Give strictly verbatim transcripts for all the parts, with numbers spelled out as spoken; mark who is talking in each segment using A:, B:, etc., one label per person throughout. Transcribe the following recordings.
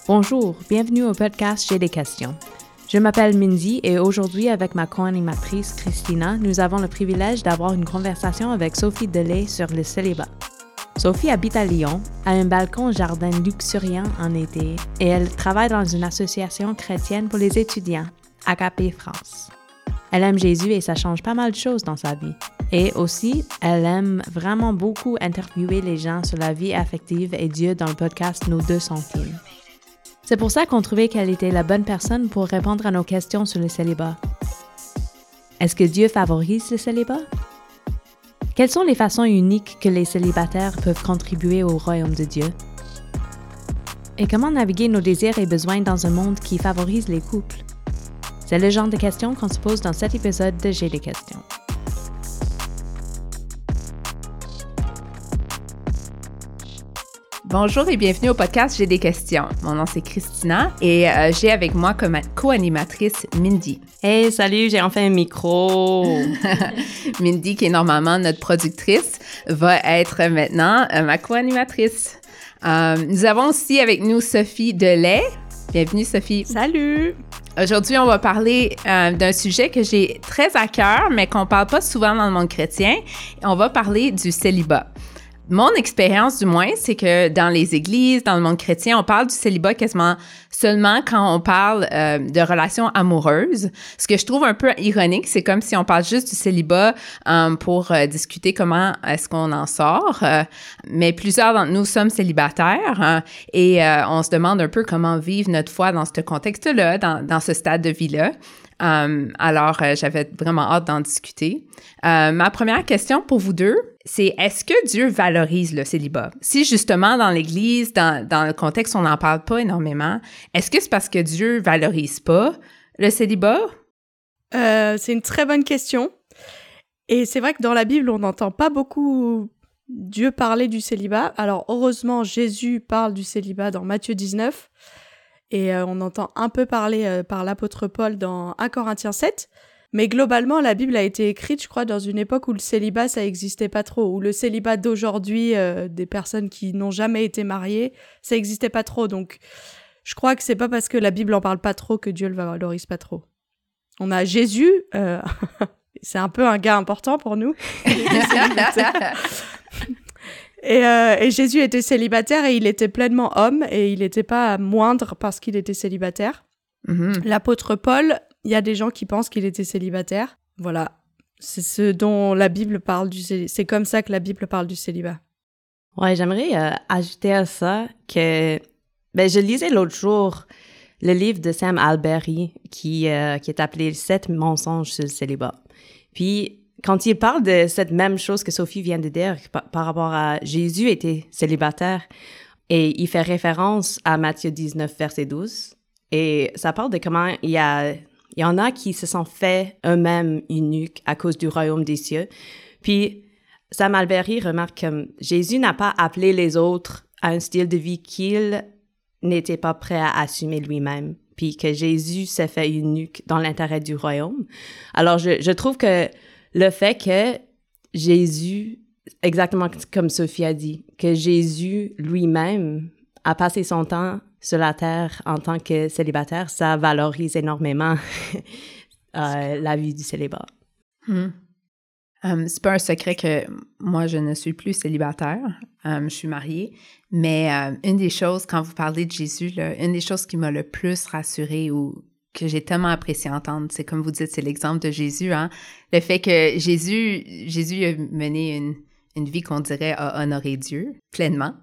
A: Bonjour, bienvenue au podcast J'ai des questions. Je m'appelle Mindy et aujourd'hui, avec ma co-animatrice Christina, nous avons le privilège d'avoir une conversation avec Sophie Delay sur le célibat. Sophie habite à Lyon, a un balcon-jardin luxuriant en été et elle travaille dans une association chrétienne pour les étudiants, A K P France. Elle aime Jésus et ça change pas mal de choses dans sa vie. Et aussi, elle aime vraiment beaucoup interviewer les gens sur la vie affective et Dieu dans le podcast Nos deux centimes. C'est pour ça qu'on trouvait qu'elle était la bonne personne pour répondre à nos questions sur le célibat. Est-ce que Dieu favorise le célibat? Quelles sont les façons uniques que les célibataires peuvent contribuer au royaume de Dieu? Et comment naviguer nos désirs et besoins dans un monde qui favorise les couples? C'est le genre de questions qu'on se pose dans cet épisode de J'ai des questions.
B: Bonjour et bienvenue au podcast J'ai des questions. Mon nom c'est Christina et euh, j'ai avec moi comme co-animatrice Mindy.
A: Hey, salut, j'ai enfin un micro!
B: Mindy, qui est normalement notre productrice, va être maintenant euh, ma co-animatrice. Euh, nous avons aussi avec nous Sophie Delay. Bienvenue Sophie.
C: Salut!
B: Aujourd'hui, on va parler euh, d'un sujet que j'ai très à cœur, mais qu'on parle pas souvent dans le monde chrétien. On va parler du célibat. Mon expérience, du moins, c'est que dans les églises, dans le monde chrétien, on parle du célibat quasiment seulement quand on parle euh, de relations amoureuses. Ce que je trouve un peu ironique, c'est comme si on parle juste du célibat euh, pour euh, discuter comment est-ce qu'on en sort. Euh, mais plusieurs d'entre nous sommes célibataires euh, et euh, on se demande un peu comment vivre notre foi dans ce contexte-là, dans, dans ce stade de vie-là. Um, alors, euh, j'avais vraiment hâte d'en discuter. Euh, ma première question pour vous deux, c'est est-ce que Dieu valorise le célibat? Si justement dans l'Église, dans, dans le contexte, on n'en parle pas énormément, est-ce que c'est parce que Dieu valorise pas le célibat?
C: Euh, c'est une très bonne question. Et c'est vrai que dans la Bible, on n'entend pas beaucoup Dieu parler du célibat. Alors heureusement, Jésus parle du célibat dans Matthieu dix-neuf. Et euh, on entend un peu parler euh, par l'apôtre Paul dans un Corinthiens sept. Mais globalement, la Bible a été écrite, je crois, dans une époque où le célibat, ça n'existait pas trop. Où le célibat d'aujourd'hui, euh, des personnes qui n'ont jamais été mariées, ça n'existait pas trop. Donc, je crois que c'est pas parce que la Bible en parle pas trop que Dieu le valorise pas trop. On a Jésus, euh, c'est un peu un gars important pour nous. Et, euh, et Jésus était célibataire et il était pleinement homme et il n'était pas moindre parce qu'il était célibataire. Mm-hmm. L'apôtre Paul, il y a des gens qui pensent qu'il était célibataire. Voilà, c'est ce dont la Bible parle du célibat. C'est comme ça que la Bible parle du célibat.
A: Ouais, j'aimerais euh, ajouter à ça que ben je lisais l'autre jour le livre de Sam Allberry qui euh, qui est appelé Sept mensonges sur le célibat. Puis quand il parle de cette même chose que Sophie vient de dire par, par rapport à Jésus était célibataire et il fait référence à Matthieu dix-neuf, verset douze. Et ça parle de comment il y a, il y en a qui se sont fait eux-mêmes eunuques à cause du royaume des cieux. Puis Sam Allberry remarque que Jésus n'a pas appelé les autres à un style de vie qu'il n'était pas prêt à assumer lui-même. Puis que Jésus s'est fait eunuque dans l'intérêt du royaume. Alors je, je trouve que le fait que Jésus, exactement comme Sophie a dit, que Jésus lui-même a passé son temps sur la terre en tant que célibataire, ça valorise énormément euh, la vie du célibat.
B: Hmm. Um, c'est pas un secret que moi, je ne suis plus célibataire. Um, je suis mariée. Mais um, une des choses, quand vous parlez de Jésus, là, une des choses qui m'a le plus rassurée ou que j'ai tellement apprécié entendre, c'est comme vous dites, c'est l'exemple de Jésus, hein. Le fait que Jésus, Jésus a mené une, une vie qu'on dirait a honoré Dieu pleinement.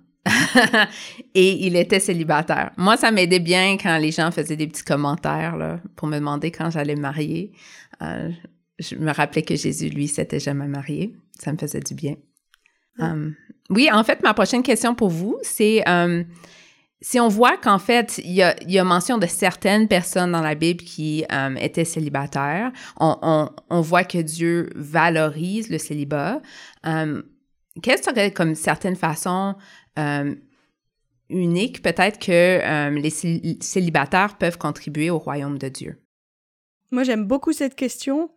B: Et il était célibataire. Moi, ça m'aidait bien quand les gens faisaient des petits commentaires là, pour me demander quand j'allais me marier. Euh, je me rappelais que Jésus, lui, s'était jamais marié. Ça me faisait du bien. Mm. Um, oui, en fait, ma prochaine question pour vous, c'est... Um, si on voit qu'en fait, il y a, il y a mention de certaines personnes dans la Bible qui euh, étaient célibataires, on, on, on voit que Dieu valorise le célibat. Euh, quelles seraient comme certaines façons euh, uniques peut-être que euh, les célibataires peuvent contribuer au royaume de Dieu?
C: Moi, j'aime beaucoup cette question.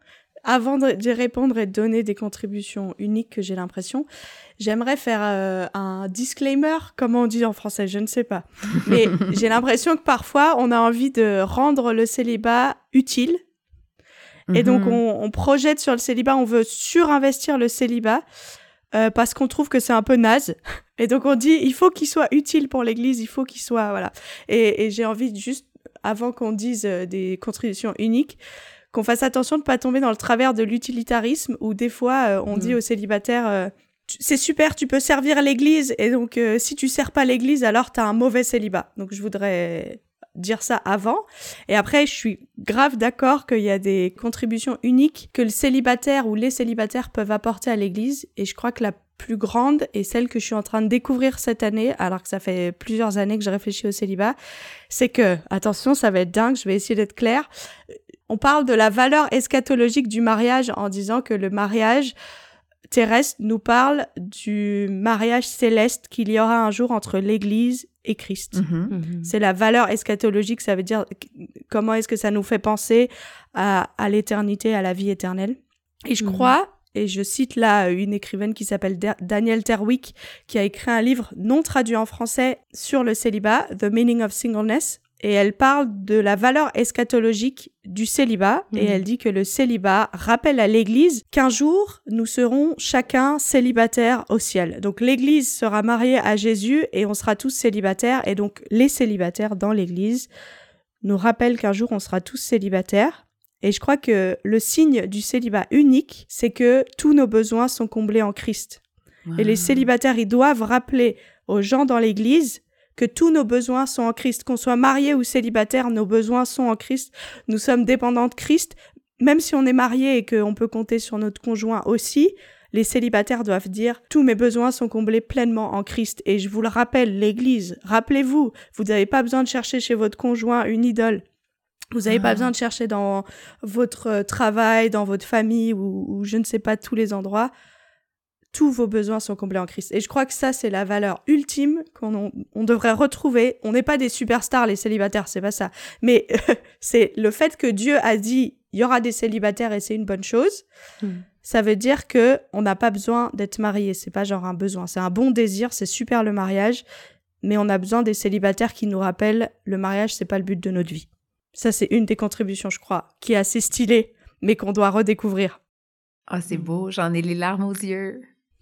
C: avant de, de répondre et de donner des contributions uniques que j'ai l'impression, j'aimerais faire euh, un disclaimer, comment on dit en français, je ne sais pas. Mais j'ai l'impression que parfois, on a envie de rendre le célibat utile. Mm-hmm. Et donc, on, on projette sur le célibat, on veut surinvestir le célibat euh, parce qu'on trouve que c'est un peu naze. Et donc, on dit, il faut qu'il soit utile pour l'Église, il faut qu'il soit... voilà. Et, et j'ai envie de juste, avant qu'on dise euh, des contributions uniques, qu'on fasse attention de ne pas tomber dans le travers de l'utilitarisme où des fois, euh, on mmh. dit aux célibataires euh, « c'est super, tu peux servir l'Église et donc euh, si tu ne sers pas l'Église, alors tu as un mauvais célibat ». Donc, je voudrais dire ça avant. Et après, je suis grave d'accord qu'il y a des contributions uniques que le célibataire ou les célibataires peuvent apporter à l'Église. Et je crois que la plus grande et celle que je suis en train de découvrir cette année, alors que ça fait plusieurs années que je réfléchis au célibat, c'est que, attention, ça va être dingue, je vais essayer d'être claire. On parle de la valeur eschatologique du mariage en disant que le mariage terrestre nous parle du mariage céleste qu'il y aura un jour entre l'Église et Christ. Mm-hmm. Mm-hmm. C'est la valeur eschatologique, ça veut dire comment est-ce que ça nous fait penser à, à l'éternité, à la vie éternelle. Et je mm-hmm. crois, et je cite là une écrivaine qui s'appelle Danielle Terwick, qui a écrit un livre non traduit en français sur le célibat, The Meaning of Singleness, et elle parle de la valeur eschatologique du célibat, mmh. et elle dit que le célibat rappelle à l'Église qu'un jour, nous serons chacun célibataires au ciel. Donc l'Église sera mariée à Jésus et on sera tous célibataires, et donc les célibataires dans l'Église nous rappellent qu'un jour, on sera tous célibataires. Et je crois que le signe du célibat unique, c'est que tous nos besoins sont comblés en Christ. Wow. Et les célibataires, ils doivent rappeler aux gens dans l'Église que tous nos besoins sont en Christ, qu'on soit marié ou célibataire, nos besoins sont en Christ, nous sommes dépendants de Christ, même si on est marié et qu'on peut compter sur notre conjoint aussi, les célibataires doivent dire « tous mes besoins sont comblés pleinement en Christ ». Et je vous le rappelle, l'Église, rappelez-vous, vous n'avez pas besoin de chercher chez votre conjoint une idole, vous n'avez ah. pas besoin de chercher dans votre travail, dans votre famille ou, ou je ne sais pas, tous les endroits. Tous vos besoins sont comblés en Christ. Et je crois que ça, c'est la valeur ultime qu'on on devrait retrouver. On n'est pas des superstars, les célibataires, c'est pas ça. Mais euh, c'est le fait que Dieu a dit il y aura des célibataires et c'est une bonne chose. Mm. Ça veut dire que on n'a pas besoin d'être marié. C'est pas genre un besoin. C'est un bon désir, c'est super le mariage. Mais on a besoin des célibataires qui nous rappellent le mariage, c'est pas le but de notre vie. Ça, c'est une des contributions, je crois, qui est assez stylée, mais qu'on doit redécouvrir.
B: Ah, oh, c'est beau, j'en ai les larmes aux yeux.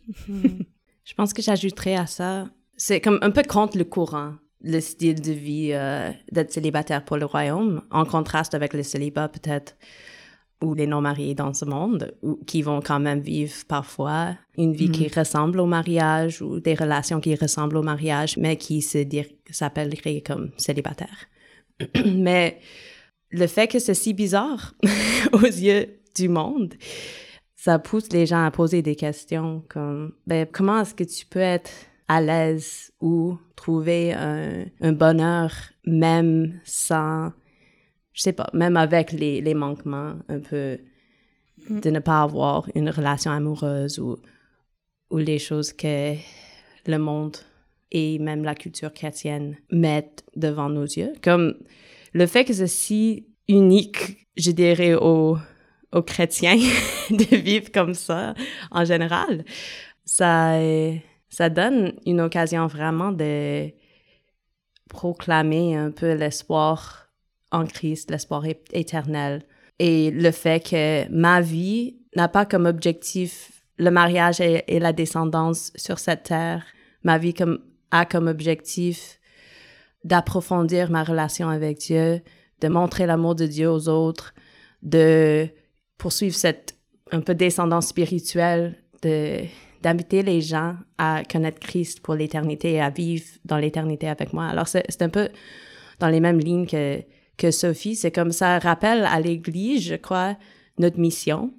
A: Je pense que j'ajouterais à ça, c'est comme un peu contre le courant, le style de vie euh, d'être célibataire pour le royaume, en contraste avec le célibat peut-être, ou les non-mariés dans ce monde, ou, qui vont quand même vivre parfois une vie mm-hmm. qui ressemble au mariage, ou des relations qui ressemblent au mariage, mais qui se dire, s'appelleraient comme célibataire. Mais le fait que c'est si bizarre aux yeux du monde, ça pousse les gens à poser des questions comme ben, comment est-ce que tu peux être à l'aise ou trouver un, un bonheur même sans, je sais pas, même avec les, les manquements un peu mm. de ne pas avoir une relation amoureuse ou, ou les choses que le monde et même la culture chrétienne mettent devant nos yeux. Comme le fait que c'est si unique, je dirais, aux aux chrétiens de vivre comme ça, en général, ça, ça donne une occasion vraiment de proclamer un peu l'espoir en Christ, l'espoir é- éternel. Et le fait que ma vie n'a pas comme objectif le mariage et, et la descendance sur cette terre. Ma vie comme, a comme objectif d'approfondir ma relation avec Dieu, de montrer l'amour de Dieu aux autres, de poursuivre cette un peu descendance spirituelle, de, d'inviter les gens à connaître Christ pour l'éternité et à vivre dans l'éternité avec moi. Alors, c'est, c'est un peu dans les mêmes lignes que, que Sophie. C'est comme ça rappelle à l'Église, je crois, notre mission.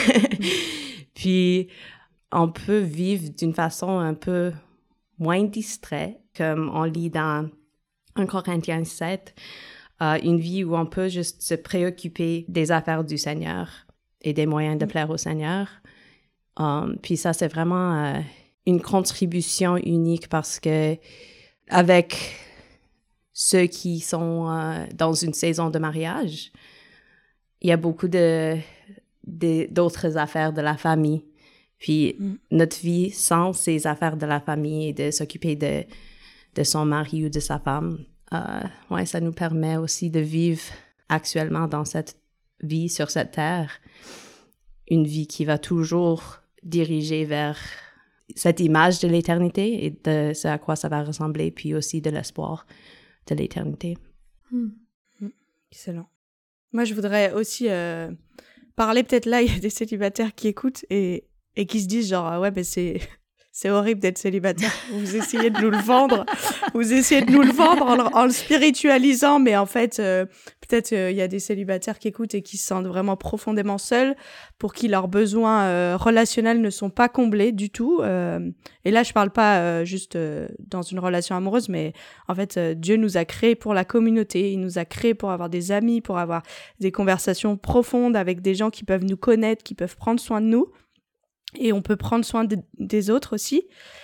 A: Puis, on peut vivre d'une façon un peu moins distraite, comme on lit dans un Corinthiens sept, euh, une vie où on peut juste se préoccuper des affaires du Seigneur et des moyens de plaire au Seigneur. Um, puis ça, c'est vraiment euh, une contribution unique parce que avec ceux qui sont euh, dans une saison de mariage, il y a beaucoup de, des, d'autres affaires de la famille. Puis mm. notre vie sans ces affaires de la famille et de s'occuper de, de son mari ou de sa femme, euh, ouais, ça nous permet aussi de vivre actuellement dans cette vie sur cette terre, une vie qui va toujours diriger vers cette image de l'éternité et de ce à quoi ça va ressembler, puis aussi de l'espoir de l'éternité.
C: Mm. Mm. Excellent. Moi, je voudrais aussi euh, parler, peut-être là, il y a des célibataires qui écoutent et, et qui se disent genre, ouais, ben c'est, c'est horrible d'être célibataire. Vous essayez de nous le vendre, vous essayez de nous le vendre en, le- en le spiritualisant, mais en fait, euh, peut-être il euh, y a des célibataires qui écoutent et qui se sentent vraiment profondément seuls, pour qui leurs besoins euh, relationnels ne sont pas comblés du tout. Euh, et là, je parle pas euh, juste euh, dans une relation amoureuse, mais en fait, euh, Dieu nous a créés pour la communauté, il nous a créés pour avoir des amis, pour avoir des conversations profondes avec des gens qui peuvent nous connaître, qui peuvent prendre soin de nous. Et on peut prendre soin de, des autres aussi.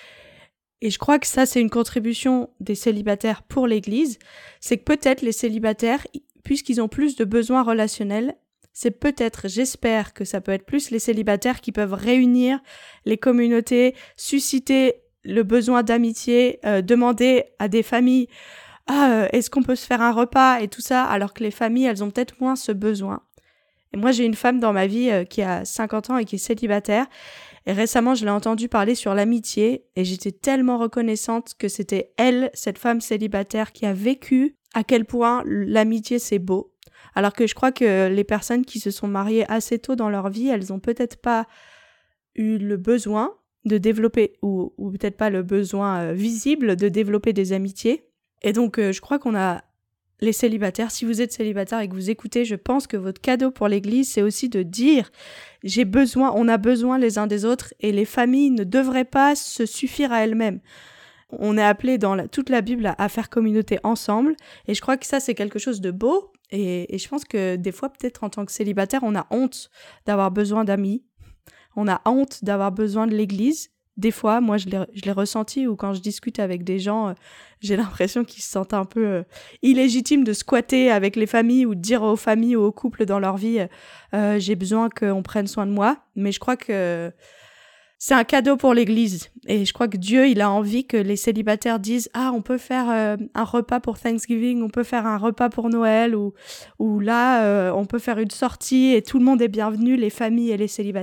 C: Et je crois que ça, c'est une contribution des célibataires pour l'Église. C'est que peut-être les célibataires, puisqu'ils ont plus de besoins relationnels, c'est peut-être, j'espère que ça peut être plus les célibataires qui peuvent réunir les communautés, susciter le besoin d'amitié, euh, demander à des familles « Ah, euh, est-ce qu'on peut se faire un repas ?» et tout ça, alors que les familles, elles ont peut-être moins ce besoin. Et moi, j'ai une femme dans ma vie euh, qui a cinquante ans et qui est célibataire. Et récemment, je l'ai entendue parler sur l'amitié et j'étais tellement reconnaissante que c'était elle, cette femme célibataire, qui a vécu à quel point l'amitié, c'est beau. Alors que je crois que les personnes qui se sont mariées assez tôt dans leur vie, elles ont peut-être pas eu le besoin de développer, ou, ou peut-être pas le besoin euh, visible de développer des amitiés. Et donc, euh, je crois qu'on a les célibataires, si vous êtes célibataire et que vous écoutez, je pense que votre cadeau pour l'Église, c'est aussi de dire « j'ai besoin, on a besoin les uns des autres » et les familles ne devraient pas se suffire à elles-mêmes. On est appelé dans la, toute la Bible à, à faire communauté ensemble et je crois que ça, c'est quelque chose de beau et, et je pense que des fois, peut-être en tant que célibataire, on a honte d'avoir besoin d'amis, on a honte d'avoir besoin de l'Église. Des fois, moi, je l'ai, je l'ai ressenti, ou quand je discute avec des gens, euh, j'ai l'impression qu'ils se sentent un peu euh, illégitimes de squatter avec les familles ou de dire aux familles ou aux couples dans leur vie euh, « j'ai besoin qu'on prenne soin de moi ». Mais je crois que c'est un cadeau pour l'Église. Et je crois que Dieu, il a envie que les célibataires disent « Ah, on peut faire euh, un repas pour Thanksgiving, on peut faire un repas pour Noël, ou, ou là, euh, on peut faire une sortie et tout le monde est bienvenu, les familles et les célibataires ».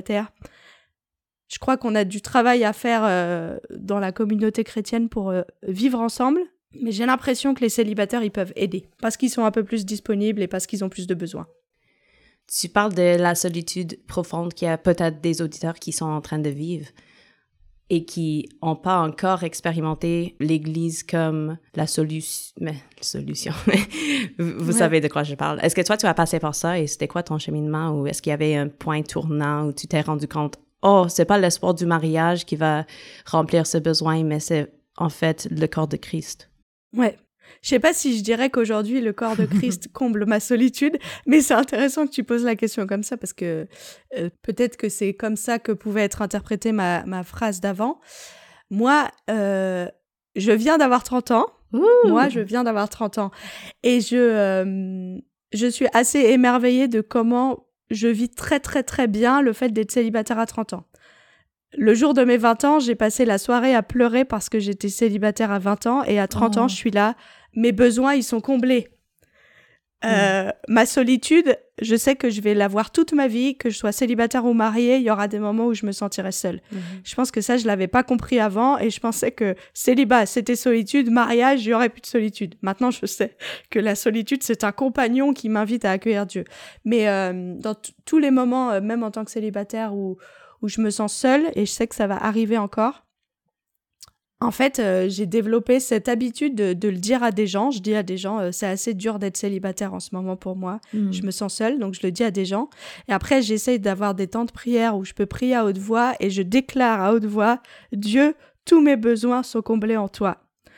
C: Je crois qu'on a du travail à faire euh, dans la communauté chrétienne pour euh, vivre ensemble, mais j'ai l'impression que les célibataires, ils peuvent aider, parce qu'ils sont un peu plus disponibles et parce qu'ils ont plus de besoins.
A: Tu parles de la solitude profonde qu'il y a peut-être des auditeurs qui sont en train de vivre et qui n'ont pas encore expérimenté l'Église comme la solution. Mais, solution. Vous ouais. savez de quoi je parle. Est-ce que toi, tu as passé par ça et c'était quoi ton cheminement, ou est-ce qu'il y avait un point tournant où tu t'es rendu compte oh, c'est pas l'espoir du mariage qui va remplir ce besoin, mais c'est en fait le corps de Christ.
C: Ouais. Je sais pas si je dirais qu'aujourd'hui, le corps de Christ comble ma solitude, mais c'est intéressant que tu poses la question comme ça, parce que euh, peut-être que c'est comme ça que pouvait être interprétée ma, ma phrase d'avant. Moi, euh, je viens d'avoir trente ans. Ouh. Moi, je viens d'avoir trente ans. Et je, euh, je suis assez émerveillée de comment je vis très très très bien le fait d'être célibataire à trente ans. Le jour de mes vingt ans, j'ai passé la soirée à pleurer parce que j'étais célibataire à vingt ans, et à trente oh. ans, je suis là, mes besoins, ils sont comblés. Euh, mmh. Ma solitude, je sais que je vais l'avoir toute ma vie, que je sois célibataire ou mariée, il y aura des moments où je me sentirai seule. Mmh. Je pense que ça, je l'avais pas compris avant, et je pensais que célibat, c'était solitude, mariage, il y aurait plus de solitude. Maintenant, je sais que la solitude, c'est un compagnon qui m'invite à accueillir Dieu. Mais euh, dans t- tous les moments, euh, même en tant que célibataire, où, où je me sens seule, et je sais que ça va arriver encore, en fait, euh, j'ai développé cette habitude de, de le dire à des gens. Je dis à des gens, euh, c'est assez dur d'être célibataire en ce moment pour moi. Mmh. Je me sens seule, donc je le dis à des gens. Et après, j'essaye d'avoir des temps de prière où je peux prier à haute voix et je déclare à haute voix, Dieu, tous mes besoins sont comblés en toi.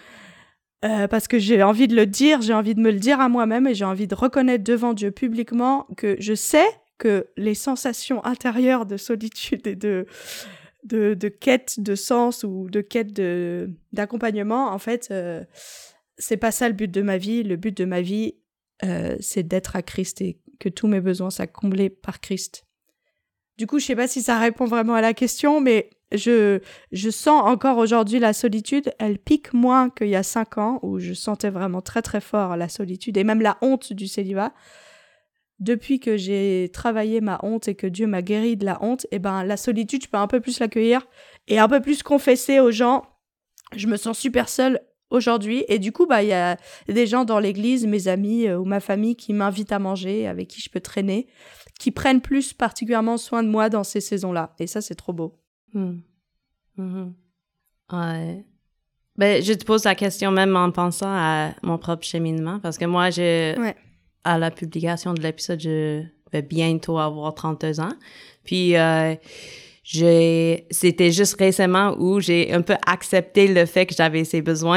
C: Euh, parce que j'ai envie de le dire, j'ai envie de me le dire à moi-même, et j'ai envie de reconnaître devant Dieu publiquement que je sais que les sensations intérieures de solitude et de... De, de quête de sens ou de quête de, d'accompagnement, en fait, euh, c'est pas ça le but de ma vie. Le but de ma vie, euh, c'est d'être à Christ et que tous mes besoins soient comblés par Christ. Du coup, je sais pas si ça répond vraiment à la question, mais je, je sens encore aujourd'hui la solitude. Elle pique moins qu'il y a cinq ans, où je sentais vraiment très très fort la solitude et même la honte du célibat. Depuis que j'ai travaillé ma honte et que Dieu m'a guéri de la honte, eh ben, la solitude, je peux un peu plus l'accueillir et un peu plus confesser aux gens. Je me sens super seule aujourd'hui. Et du coup, bah, il y a des gens dans l'église, mes amis euh, ou ma famille qui m'invitent à manger, avec qui je peux traîner, qui prennent plus particulièrement soin de moi dans ces saisons-là. Et ça, c'est trop beau.
A: Hmm. Mm-hmm. Ouais. Ben, je te pose la question même en pensant à mon propre cheminement, parce que moi, j'ai...
C: Ouais.
A: À la publication de l'épisode, je vais bientôt avoir trente-deux ans. Puis, euh, j'ai, c'était juste récemment où j'ai un peu accepté le fait que j'avais ces besoins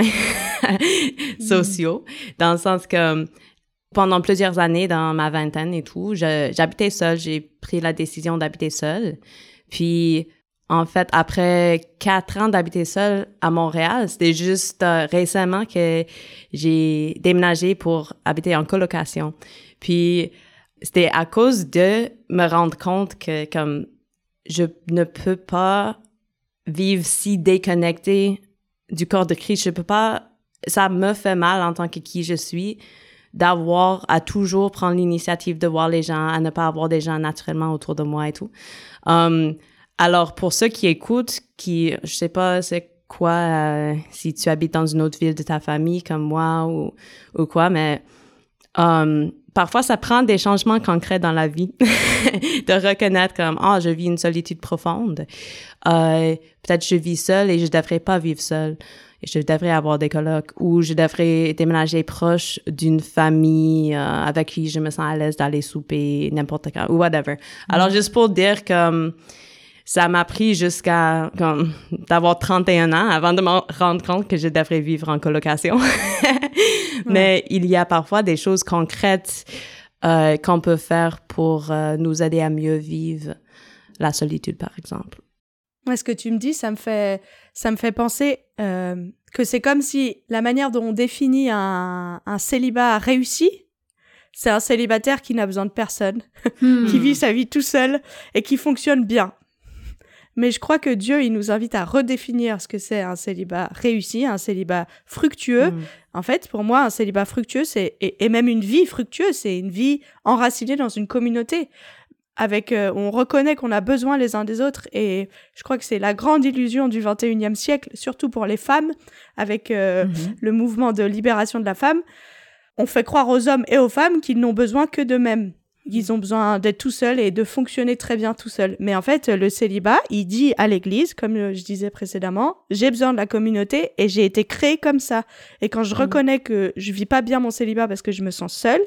A: sociaux, dans le sens que pendant plusieurs années, dans ma vingtaine et tout, je, j'habitais seule. J'ai pris la décision d'habiter seule. Puis, en fait, après quatre ans d'habiter seule à Montréal, c'était juste euh, récemment que j'ai déménagé pour habiter en colocation. Puis, c'était à cause de me rendre compte que, comme, je ne peux pas vivre si déconnectée du corps de Christ. Je peux pas... Ça me fait mal en tant que qui je suis d'avoir à toujours prendre l'initiative de voir les gens, à ne pas avoir des gens naturellement autour de moi et tout. Um, Alors, pour ceux qui écoutent, qui, je sais pas c'est quoi, euh, si tu habites dans une autre ville de ta famille comme moi ou, ou quoi, mais um, parfois, ça prend des changements concrets dans la vie de reconnaître comme, ah, oh, je vis une solitude profonde. Euh, peut-être je vis seule et je devrais pas vivre seule. Et je devrais avoir des colocs ou je devrais déménager proche d'une famille euh, avec qui je me sens à l'aise d'aller souper n'importe quand ou whatever. Alors, juste pour dire que ça m'a pris jusqu'à comme d'avoir trente et un ans avant de me rendre compte que je devrais vivre en colocation. Mais ouais. Il y a parfois des choses concrètes euh, qu'on peut faire pour euh, nous aider à mieux vivre la solitude, par exemple.
C: Ouais, ce que tu me dis, ça me fait, ça me fait penser euh, que c'est comme si la manière dont on définit un, un célibat réussi, c'est un célibataire qui n'a besoin de personne, hmm. qui vit sa vie tout seul et qui fonctionne bien. Mais je crois que Dieu, il nous invite à redéfinir ce que c'est un célibat réussi, un célibat fructueux. Mmh. En fait, pour moi, un célibat fructueux, c'est et, et même une vie fructueuse, c'est une vie enracinée dans une communauté. Avec, euh, on reconnaît qu'on a besoin les uns des autres. Et je crois que c'est la grande illusion du vingt et unième siècle, surtout pour les femmes, avec euh, mmh. le mouvement de libération de la femme. On fait croire aux hommes et aux femmes qu'ils n'ont besoin que d'eux-mêmes. Ils ont besoin d'être tout seuls et de fonctionner très bien tout seuls. Mais en fait, le célibat, il dit à l'Église, comme je disais précédemment, j'ai besoin de la communauté et j'ai été créée comme ça. Et quand je mmh. reconnais que je vis pas bien mon célibat parce que je me sens seule,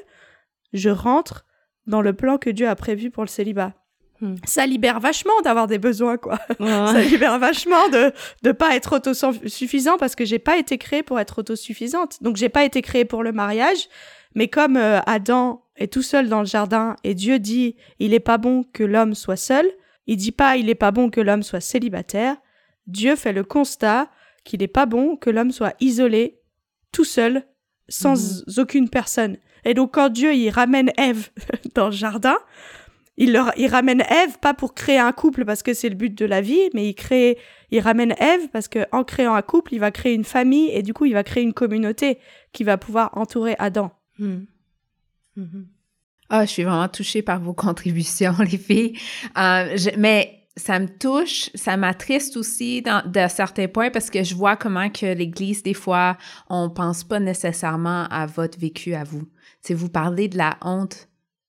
C: je rentre dans le plan que Dieu a prévu pour le célibat. Mmh. Ça libère vachement d'avoir des besoins, quoi. Ouais. Ça libère vachement de de pas être autosuffisant parce que j'ai pas été créée pour être autosuffisante. Donc j'ai pas été créée pour le mariage. Mais comme euh, Adam est tout seul dans le jardin et Dieu dit « il est pas bon que l'homme soit seul », il dit pas « il est pas bon que l'homme soit célibataire », Dieu fait le constat qu'il est pas bon que l'homme soit isolé, tout seul, sans mmh. aucune personne. Et donc quand Dieu il ramène Ève dans le jardin, il, leur, il ramène Ève pas pour créer un couple parce que c'est le but de la vie, mais il, crée, il ramène Ève parce qu'en créant un couple, il va créer une famille et du coup il va créer une communauté qui va pouvoir entourer Adam.
A: Mm. Mm-hmm.
B: Ah, je suis vraiment touchée par vos contributions, les filles. Euh, je, mais ça me touche, ça m'attriste aussi dans, de certains points parce que je vois comment que l'Église, des fois, on pense pas nécessairement à votre vécu à vous. Si vous parlez de la honte,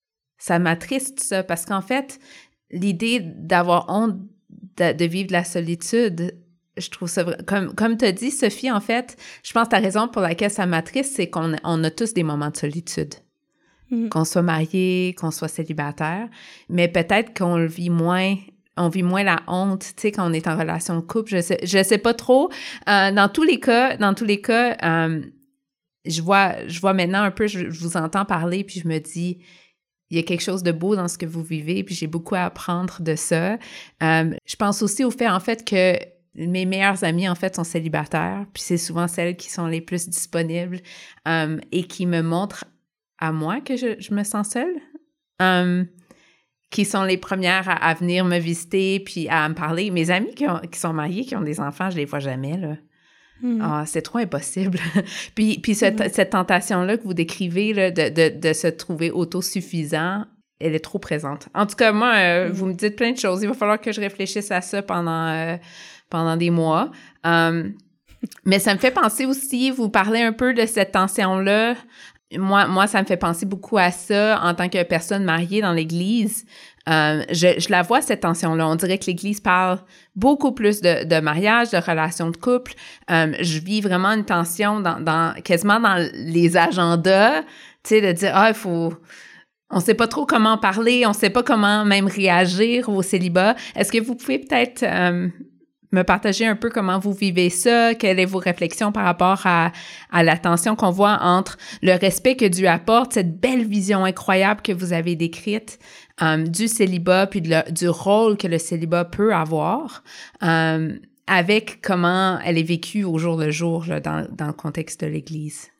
B: ça m'attriste ça parce qu'en fait, l'idée d'avoir honte de, de vivre de la solitude, je trouve ça vrai. Comme, comme tu as dit, Sophie, en fait, je pense que la raison pour laquelle ça m'attriste, c'est qu'on on a tous des moments de solitude. Mm. Qu'on soit marié, qu'on soit célibataire. Mais peut-être qu'on le vit moins, on vit moins la honte, tu sais, quand on est en relation de couple. Je sais, je sais pas trop. Euh, dans tous les cas, dans tous les cas, euh, je vois, je vois maintenant un peu, je, je vous entends parler, puis je me dis, il y a quelque chose de beau dans ce que vous vivez, puis j'ai beaucoup à apprendre de ça. Euh, je pense aussi au fait, en fait, que mes meilleures amies, en fait, sont célibataires, puis c'est souvent celles qui sont les plus disponibles euh, et qui me montrent à moi que je, je me sens seule, euh, qui sont les premières à, à venir me visiter puis à me parler. Mes amis qui, ont, qui sont mariés, qui ont des enfants, je les vois jamais, là. Mm. Ah, c'est trop impossible. puis puis cette, mm. cette tentation-là que vous décrivez, là, de, de, de se trouver autosuffisant, elle est trop présente. En tout cas, moi, euh, mm. vous me dites plein de choses. Il va falloir que je réfléchisse à ça pendant, euh, pendant des mois. Um, mais ça me fait penser aussi, vous parlez un peu de cette tension-là. Moi, moi, ça me fait penser beaucoup à ça en tant que personne mariée dans l'Église. Euh, je, je la vois, cette tension-là. On dirait que l'Église parle beaucoup plus de, de mariage, de relations de couple. Euh, je vis vraiment une tension dans, dans quasiment dans les agendas, tu sais, de dire, ah, il faut... On sait pas trop comment parler, on sait pas comment même réagir au célibat. Est-ce que vous pouvez peut-être... Euh, me partager un peu comment vous vivez ça, quelles sont vos réflexions par rapport à, à la tension qu'on voit entre le respect que Dieu apporte, cette belle vision incroyable que vous avez décrite um, du célibat, puis de le, du rôle que le célibat peut avoir, um, avec comment elle est vécue au jour le jour là, dans, dans le contexte de l'Église.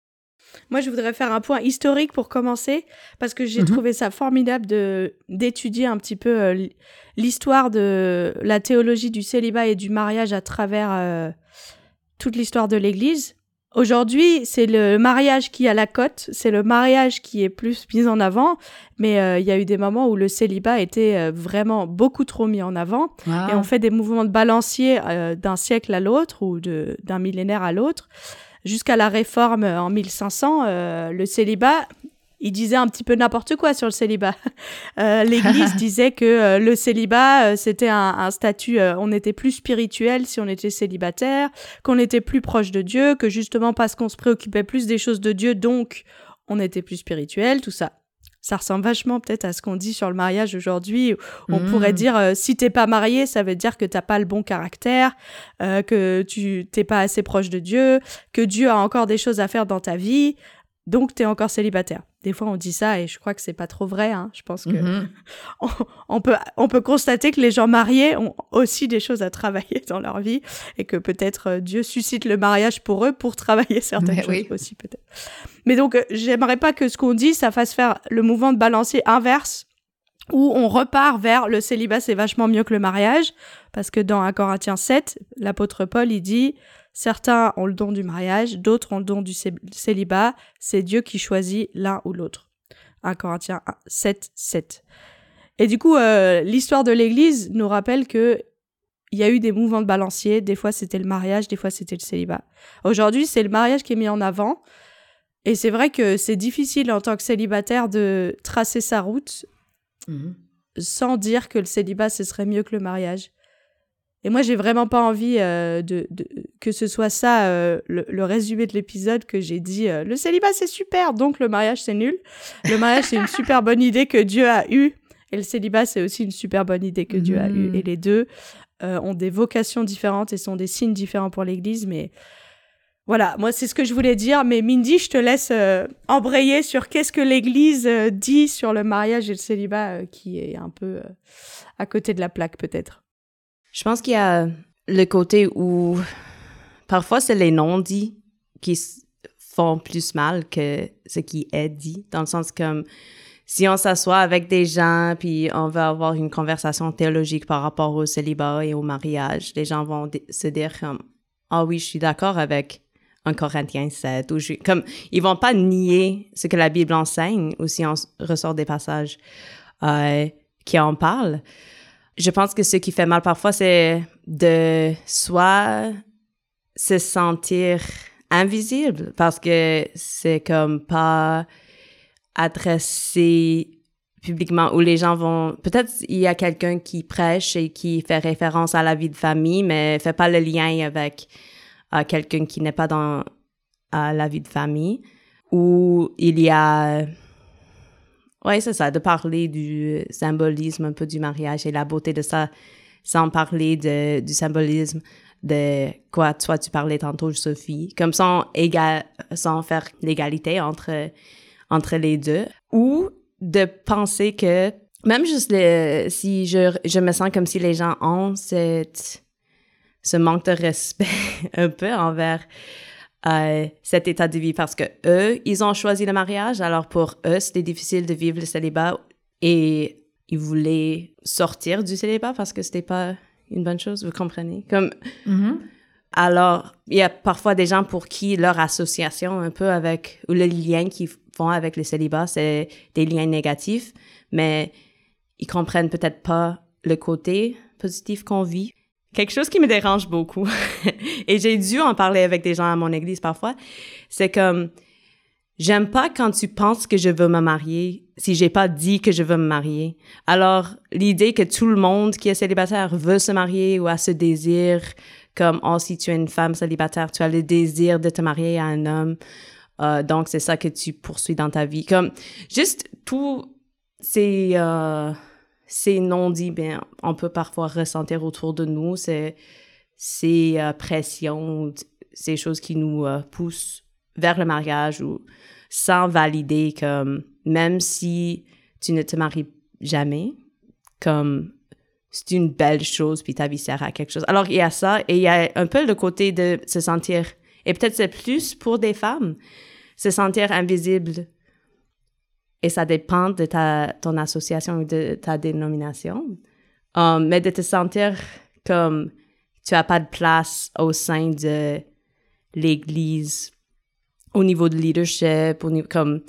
C: Moi, je voudrais faire un point historique pour commencer, parce que j'ai mm-hmm. trouvé ça formidable de, d'étudier un petit peu euh, l'histoire de la théologie du célibat et du mariage à travers euh, toute l'histoire de l'Église. Aujourd'hui, c'est le mariage qui a la cote, c'est le mariage qui est plus mis en avant, mais il euh, y a eu des moments où le célibat était euh, vraiment beaucoup trop mis en avant, wow. et on fait des mouvements de balancier euh, d'un siècle à l'autre ou de, d'un millénaire à l'autre. Jusqu'à la réforme en mille cinq cents, euh, le célibat, il disait un petit peu n'importe quoi sur le célibat. Euh, L'Église disait que euh, le célibat, euh, c'était un, un statut, euh, on était plus spirituel si on était célibataire, qu'on était plus proche de Dieu, que justement parce qu'on se préoccupait plus des choses de Dieu, donc on était plus spirituel, tout ça. Ça ressemble vachement peut-être à ce qu'on dit sur le mariage aujourd'hui. On mmh. pourrait dire, euh, si t'es pas marié, ça veut dire que t'as pas le bon caractère, euh, que tu t'es pas assez proche de Dieu, que Dieu a encore des choses à faire dans ta vie, donc t'es encore célibataire. Des fois, on dit ça et je crois que c'est pas trop vrai. Hein. Je pense que mmh. on, on peut on peut constater que les gens mariés ont aussi des choses à travailler dans leur vie et que peut-être euh, Dieu suscite le mariage pour eux pour travailler certaines Mais choses oui. aussi peut-être. Mais donc, euh, j'aimerais pas que ce qu'on dit, ça fasse faire le mouvement de balancier inverse où on repart vers le célibat, c'est vachement mieux que le mariage, parce que dans un Corinthiens sept, l'apôtre Paul, il dit « Certains ont le don du mariage, d'autres ont le don du célibat, c'est Dieu qui choisit l'un ou l'autre. » un Corinthiens sept, sept. Et du coup, euh, l'histoire de l'Église nous rappelle que il y a eu des mouvements de balancier, des fois c'était le mariage, des fois c'était le célibat. Aujourd'hui, c'est le mariage qui est mis en avant, et c'est vrai que c'est difficile en tant que célibataire de tracer sa route mmh. sans dire que le célibat, ce serait mieux que le mariage. Et moi, j'ai vraiment pas envie euh, de, de, que ce soit ça, euh, le, le résumé de l'épisode, que j'ai dit euh, « Le célibat, c'est super, donc le mariage, c'est nul. » Le mariage, c'est une super bonne idée que Dieu a eue, et le célibat, c'est aussi une super bonne idée que mmh. Dieu a eue. Et les deux euh, ont des vocations différentes et sont des signes différents pour l'Église, mais... Voilà, moi, c'est ce que je voulais dire. Mais Mindy, je te laisse euh, embrayer sur qu'est-ce que l'Église euh, dit sur le mariage et le célibat, euh, qui est un peu euh, à côté de la plaque, peut-être.
A: Je pense qu'il y a le côté où parfois c'est les non-dits qui s- font plus mal que ce qui est dit, dans le sens comme si on s'assoit avec des gens puis on veut avoir une conversation théologique par rapport au célibat et au mariage, les gens vont d- se dire comme « Ah oui, je suis d'accord avec un Corinthiens sept » ou je, comme ils vont pas nier ce que la Bible enseigne ou si on ressort des passages euh, qui en parlent. Je pense que ce qui fait mal parfois, c'est de soit se sentir invisible parce que c'est comme pas adressé publiquement où les gens vont... Peut-être il y a quelqu'un qui prêche et qui fait référence à la vie de famille, mais fait pas le lien avec euh, quelqu'un qui n'est pas dans euh, la vie de famille. Ou il y a... Oui, c'est ça, de parler du symbolisme un peu du mariage et la beauté de ça, sans parler de, du symbolisme de quoi toi tu parlais tantôt, Sophie, comme sans, égal, sans faire l'égalité entre, entre les deux. Ou de penser que, même juste le, si je, je me sens comme si les gens ont cette, ce manque de respect un peu envers Euh, cet état de vie parce que eux, ils ont choisi le mariage, alors pour eux, c'était difficile de vivre le célibat et ils voulaient sortir du célibat parce que c'était pas une bonne chose, vous comprenez? Comme,
B: Mm-hmm.
A: alors, il y a parfois des gens pour qui leur association un peu avec, ou le lien qu'ils font avec le célibat, c'est des liens négatifs, mais ils comprennent peut-être pas le côté positif qu'on vit. Quelque chose qui me dérange beaucoup, et j'ai dû en parler avec des gens à mon église parfois, c'est comme, j'aime pas quand tu penses que je veux me marier si j'ai pas dit que je veux me marier. Alors, l'idée que tout le monde qui est célibataire veut se marier ou a ce désir, comme, oh, si tu es une femme célibataire, tu as le désir de te marier à un homme, euh, donc c'est ça que tu poursuis dans ta vie. Comme, juste tous ces, euh, ces non-dits, ben, on peut parfois ressentir autour de nous, c'est, ces euh, pressions, ces choses qui nous euh, poussent vers le mariage ou sans valider comme même si tu ne te maries jamais, comme c'est une belle chose puis ta vie sert à quelque chose. Alors il y a ça et il y a un peu le côté de se sentir, et peut-être c'est plus pour des femmes, se sentir invisible, et ça dépend de ta ton association ou de ta dénomination, um, mais de te sentir comme tu as pas de place au sein de l'Église au niveau de leadership, au niveau, comme,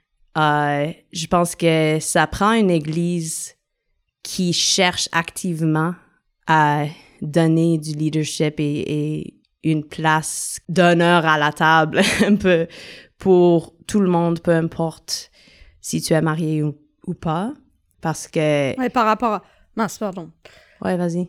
A: euh, je pense que ça prend une Église qui cherche activement à donner du leadership et, et une place d'honneur à la table, un peu, pour tout le monde, peu importe si tu es marié ou, ou pas, parce que...
C: Ouais, par rapport à... Mince, pardon.
A: Ouais, vas-y.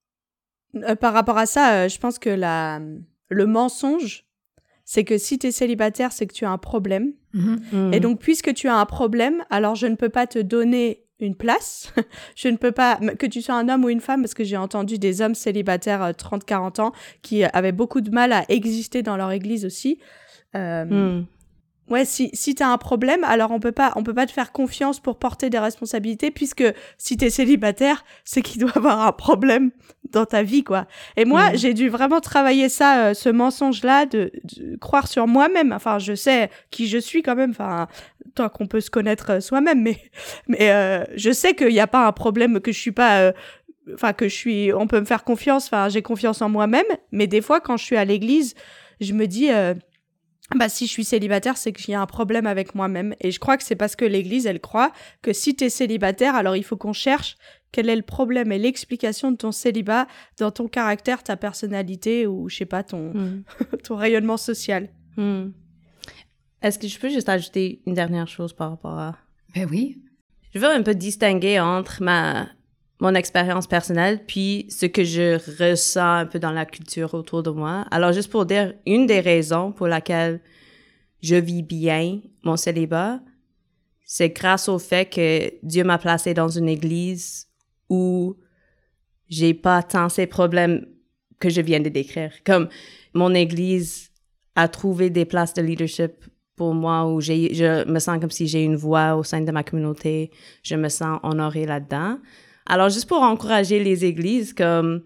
C: Euh, par rapport à ça, euh, je pense que la... le mensonge, c'est que si tu es célibataire, c'est que tu as un problème.
B: Mm-hmm.
A: Mm.
C: Et donc, puisque tu as un problème, alors je ne peux pas te donner une place. Je ne peux pas... Que tu sois un homme ou une femme, parce que j'ai entendu des hommes célibataires euh, trente quarante ans qui avaient beaucoup de mal à exister dans leur église aussi. Euh,
A: Mm.
C: Ouais, si, si t'as un problème, alors on peut pas, on peut pas te faire confiance pour porter des responsabilités, puisque si t'es célibataire, c'est qu'il doit avoir un problème dans ta vie, quoi. Et moi,
A: Mm.
C: j'ai dû vraiment travailler ça, euh, ce mensonge-là, de, de croire sur moi-même. Enfin, je sais qui je suis quand même, enfin, tant qu'on peut se connaître euh, soi-même, mais, mais euh, je sais qu'il y a pas un problème, que je suis pas... Euh, enfin, que je suis... On peut me faire confiance, enfin, j'ai confiance en moi-même, mais des fois, quand je suis à l'église, je me dis... Euh, bah, si je suis célibataire, c'est qu'il y a un problème avec moi-même. Et je crois que c'est parce que l'Église, elle croit que si t'es célibataire, alors il faut qu'on cherche quel est le problème et l'explication de ton célibat dans ton caractère, ta personnalité ou, je sais pas, ton,
A: Mm.
C: ton rayonnement social.
A: Mm. Est-ce que je peux juste ajouter une dernière chose par rapport à...
B: Ben oui.
A: Je veux un peu distinguer entre ma... mon expérience personnelle, puis ce que je ressens un peu dans la culture autour de moi. Alors, juste pour dire, une des raisons pour laquelle je vis bien mon célibat, c'est grâce au fait que Dieu m'a placé dans une église où j'ai pas tant ces problèmes que je viens de décrire. Comme mon église a trouvé des places de leadership pour moi où j'ai, je me sens comme si j'ai une voix au sein de ma communauté. Je me sens honorée là-dedans. Alors, juste pour encourager les églises, comme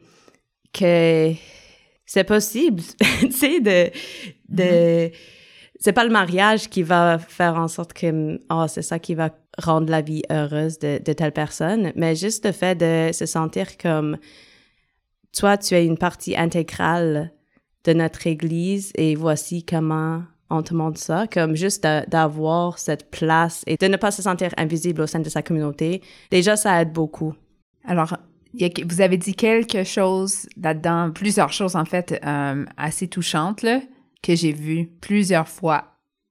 A: que c'est possible, tu sais, de... de mm-hmm. C'est pas le mariage qui va faire en sorte que, oh, c'est ça qui va rendre la vie heureuse de, de telle personne, mais juste le fait de se sentir comme, toi, tu es une partie intégrale de notre église et voici comment on te montre ça, comme juste de, d'avoir cette place et de ne pas se sentir invisible au sein de sa communauté. Déjà, ça aide beaucoup.
B: Alors, y a, vous avez dit quelque chose là-dedans, plusieurs choses en fait, euh, assez touchantes, là, que j'ai vues plusieurs fois.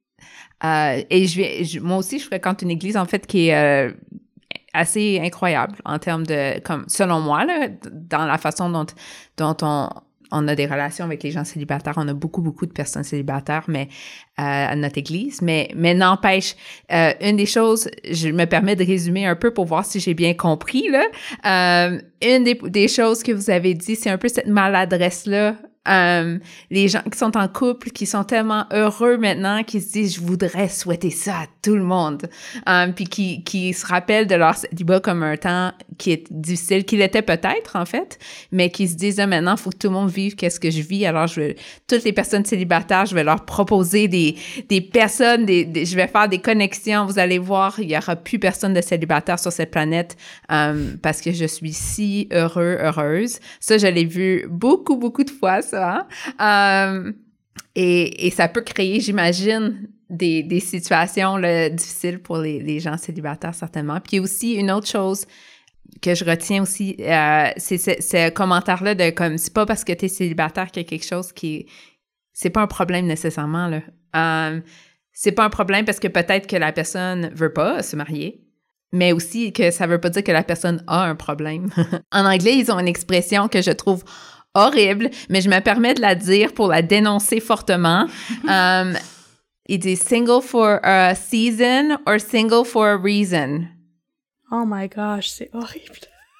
B: Euh, et je vais, je, moi aussi, je fréquente une église en fait qui est euh, assez incroyable en termes de, comme selon moi, là, dans la façon dont, dont on, on a des relations avec les gens célibataires. On a beaucoup, beaucoup de personnes célibataires, mais euh, à notre église. Mais, mais n'empêche, euh, une des choses, je me permets de résumer un peu pour voir si j'ai bien compris, là. Euh, une des, des choses que vous avez dit, c'est un peu cette maladresse-là Euh, les gens qui sont en couple, qui sont tellement heureux maintenant, qui se disent « je voudrais souhaiter ça à tout le monde euh, », puis qui, qui se rappellent de leur célibat comme un temps qui est difficile, qu'il était peut-être en fait, mais qui se disent ah, « maintenant, il faut que tout le monde vive qu'est-ce que je vis, alors je vais, toutes les personnes célibataires, je vais leur proposer des, des personnes, des, des, je vais faire des connexions, vous allez voir, il n'y aura plus personne de célibataire sur cette planète euh, parce que je suis si heureux, heureuse ». Ça, je l'ai vu beaucoup, beaucoup de fois, ça. Euh, et, et ça peut créer, j'imagine, des, des situations là, difficiles pour les, les gens célibataires, certainement. Puis aussi, une autre chose que je retiens aussi, euh, c'est ce, ce commentaire-là de comme, c'est pas parce que t'es célibataire qu'il y a quelque chose qui... C'est pas un problème nécessairement, là. Euh, c'est pas un problème parce que peut-être que la personne veut pas se marier, mais aussi que ça veut pas dire que la personne a un problème. En anglais, ils ont une expression que je trouve horrible, mais je me permets de la dire pour la dénoncer fortement. um, il dit « single for a season or single for a reason ».
C: Oh my gosh, c'est horrible.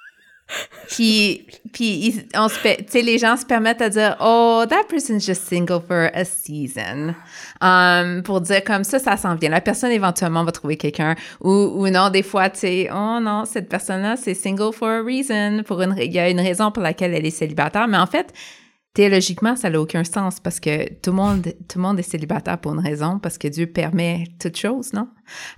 B: Puis, puis on se, tu sais, les gens se permettent à dire « oh, that person's just single for a season um, ». Pour dire comme ça, ça s'en vient. La personne, éventuellement, va trouver quelqu'un. Ou, ou non, des fois, tu sais, « oh non, cette personne-là, c'est single for a reason ». Pour une, il y a une raison pour laquelle elle est célibataire. Mais en fait, théologiquement, ça n'a aucun sens parce que tout le monde, tout le monde est célibataire pour une raison, parce que Dieu permet toute chose, non?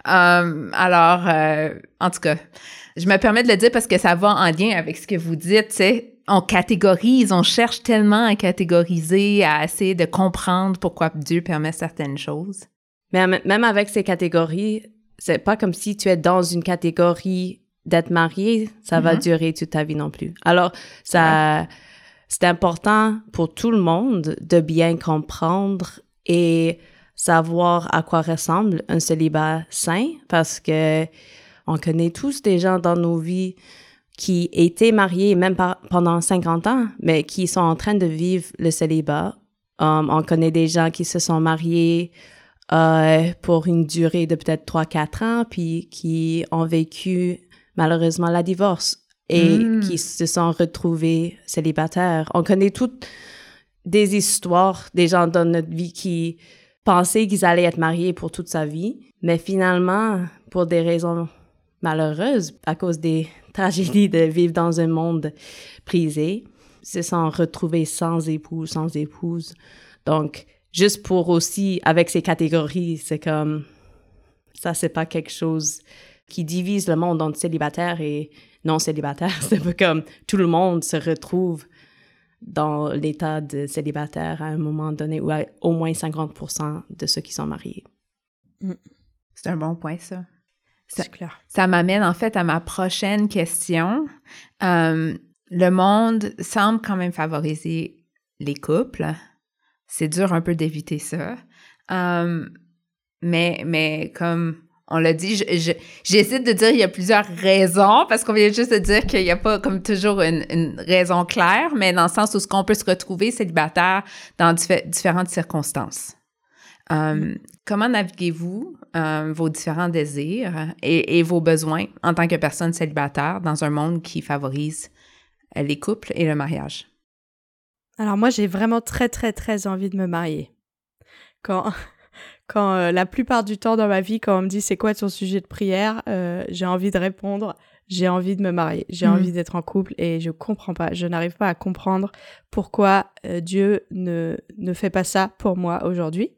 B: Um, alors, euh, en tout cas, je me permets de le dire parce que ça va en lien avec ce que vous dites, tu sais. On catégorise, on cherche tellement à catégoriser, à essayer de comprendre pourquoi Dieu permet certaines choses.
A: Mais même avec ces catégories, c'est pas comme si tu es dans une catégorie d'être marié, ça mm-hmm. va durer toute ta vie non plus. Alors, ça... Ouais. C'est important pour tout le monde de bien comprendre et savoir à quoi ressemble un célibat sain parce que on connaît tous des gens dans nos vies qui étaient mariés même pas pendant cinquante ans, mais qui sont en train de vivre le célibat. Um, on connaît des gens qui se sont mariés euh, pour une durée de peut-être trois quatre ans puis qui ont vécu malheureusement la divorce. Et mmh. qui se sont retrouvés célibataires. On connaît toutes des histoires des gens dans notre vie qui pensaient qu'ils allaient être mariés pour toute sa vie, mais finalement, pour des raisons malheureuses, à cause des tragédies de vivre dans un monde prisé, se sont retrouvés sans époux, sans épouse. Donc, juste pour aussi, avec ces catégories, c'est comme, ça, c'est pas quelque chose qui divise le monde entre célibataires et non célibataire, c'est pas comme tout le monde se retrouve dans l'état de célibataire à un moment donné, ou à au moins cinquante pour cent de ceux qui sont mariés.
B: C'est un bon point, ça. Ça,
C: c'est clair.
B: Ça m'amène en fait à ma prochaine question. Euh, le monde semble quand même favoriser les couples. C'est dur un peu d'éviter ça. Euh, mais, mais comme... On l'a dit, je, je, j'hésite de dire qu'il y a plusieurs raisons, parce qu'on vient juste de dire qu'il n'y a pas comme toujours une, une raison claire, mais dans le sens où ce qu'on peut se retrouver célibataire dans dif- différentes circonstances. Um, mm. Comment naviguez-vous um, vos différents désirs et, et vos besoins en tant que personne célibataire dans un monde qui favorise les couples et le mariage?
C: Alors moi, j'ai vraiment très, très, très envie de me marier. Quand... Quand euh, la plupart du temps dans ma vie, quand on me dit c'est quoi ton sujet de prière, euh, j'ai envie de répondre, j'ai envie de me marier, j'ai mmh. envie d'être en couple et je comprends pas, je n'arrive pas à comprendre pourquoi euh, Dieu ne, ne fait pas ça pour moi aujourd'hui.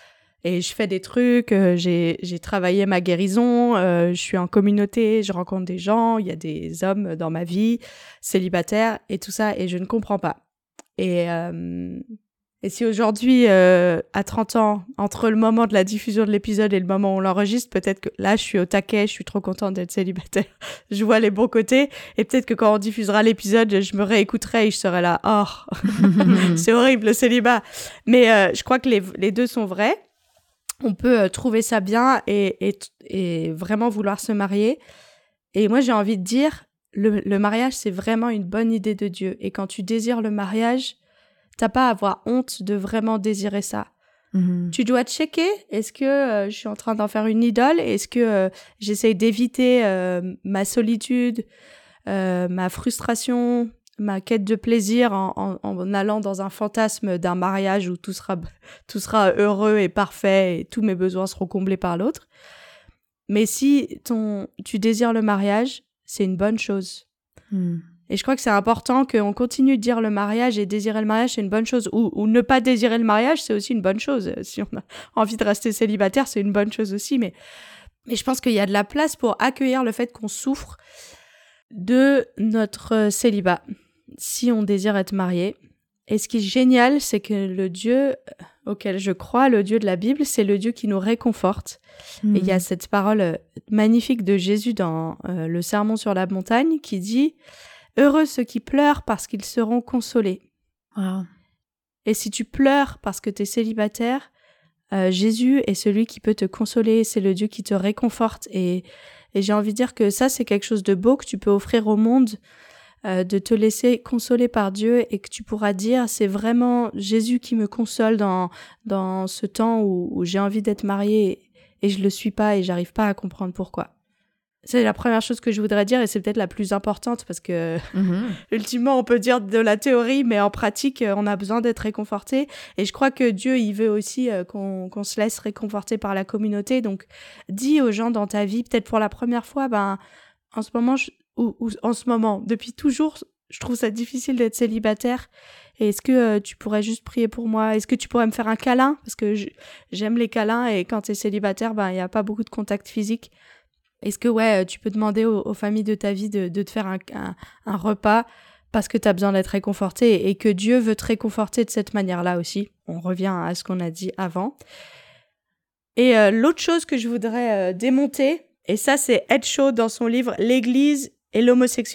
C: Et je fais des trucs, euh, j'ai, j'ai travaillé ma guérison, euh, je suis en communauté, je rencontre des gens, il y a des hommes dans ma vie, célibataires et tout ça, et je ne comprends pas. Et... Euh, Et si aujourd'hui, euh, à trente ans, entre le moment de la diffusion de l'épisode et le moment où on l'enregistre, peut-être que là, je suis au taquet, je suis trop contente d'être célibataire. Je vois les bons côtés. Et peut-être que quand on diffusera l'épisode, je me réécouterai et je serai là, oh, c'est horrible le célibat. Mais euh, je crois que les, les deux sont vrais. On peut euh, trouver ça bien et, et, et vraiment vouloir se marier. Et moi, j'ai envie de dire, le, le mariage, c'est vraiment une bonne idée de Dieu. Et quand tu désires le mariage, t'as pas à avoir honte de vraiment désirer ça. Mm-hmm. Tu dois checker, est-ce que euh, je suis en train d'en faire une idole? Est-ce que euh, j'essaye d'éviter euh, ma solitude, euh, ma frustration, ma quête de plaisir en, en, en allant dans un fantasme d'un mariage où tout sera, tout sera heureux et parfait et tous mes besoins seront comblés par l'autre. Mais si ton, tu désires le mariage, c'est une bonne chose. Mm. Et je crois que c'est important qu'on continue de dire le mariage et désirer le mariage, c'est une bonne chose. Ou, ou ne pas désirer le mariage, c'est aussi une bonne chose. Si on a envie de rester célibataire, c'est une bonne chose aussi. Mais, mais je pense qu'il y a de la place pour accueillir le fait qu'on souffre de notre célibat, si on désire être marié. Et ce qui est génial, c'est que le Dieu auquel je crois, le Dieu de la Bible, c'est le Dieu qui nous réconforte. Mmh. Et il y a cette parole magnifique de Jésus dans euh, le Sermon sur la montagne qui dit « Heureux ceux qui pleurent parce qu'ils seront consolés. Wow. » Et si tu pleures parce que tu es célibataire, euh, Jésus est celui qui peut te consoler, c'est le Dieu qui te réconforte. Et, et j'ai envie de dire que ça, c'est quelque chose de beau que tu peux offrir au monde, euh, de te laisser consoler par Dieu et que tu pourras dire, c'est vraiment Jésus qui me console dans, dans ce temps où, où j'ai envie d'être mariée et je le suis pas et j'arrive pas à comprendre pourquoi. C'est la première chose que je voudrais dire et c'est peut-être la plus importante parce que mm-hmm. ultimement on peut dire de la théorie mais en pratique on a besoin d'être réconforté et je crois que Dieu il veut aussi euh, qu'on, qu'on se laisse réconforter par la communauté. Donc dis aux gens dans ta vie peut-être pour la première fois ben en ce moment je, ou, ou en ce moment depuis toujours je trouve ça difficile d'être célibataire et est-ce que euh, tu pourrais juste prier pour moi, est-ce que tu pourrais me faire un câlin parce que je, j'aime les câlins et quand t'es célibataire ben il y a pas beaucoup de contact physique. Est-ce que ouais, tu peux demander aux, aux familles de ta vie de, de te faire un, un, un repas parce que tu as besoin d'être réconforté et que Dieu veut te réconforter de cette manière-là aussi. On revient à ce qu'on a dit avant. Et euh, l'autre chose que je voudrais euh, démonter, et ça c'est Ed Shaw dans son livre « L'Église et l'homosexualité ».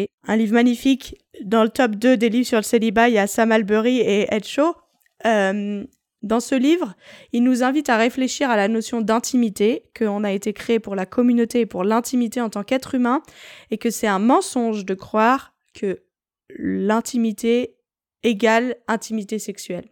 C: Un livre magnifique. Dans le top deux des livres sur le célibat, il y a Sam Allberry et Ed Shaw. Euh, Dans ce livre, il nous invite à réfléchir à la notion d'intimité, qu'on a été créé pour la communauté et pour l'intimité en tant qu'être humain, et que c'est un mensonge de croire que l'intimité égale intimité sexuelle.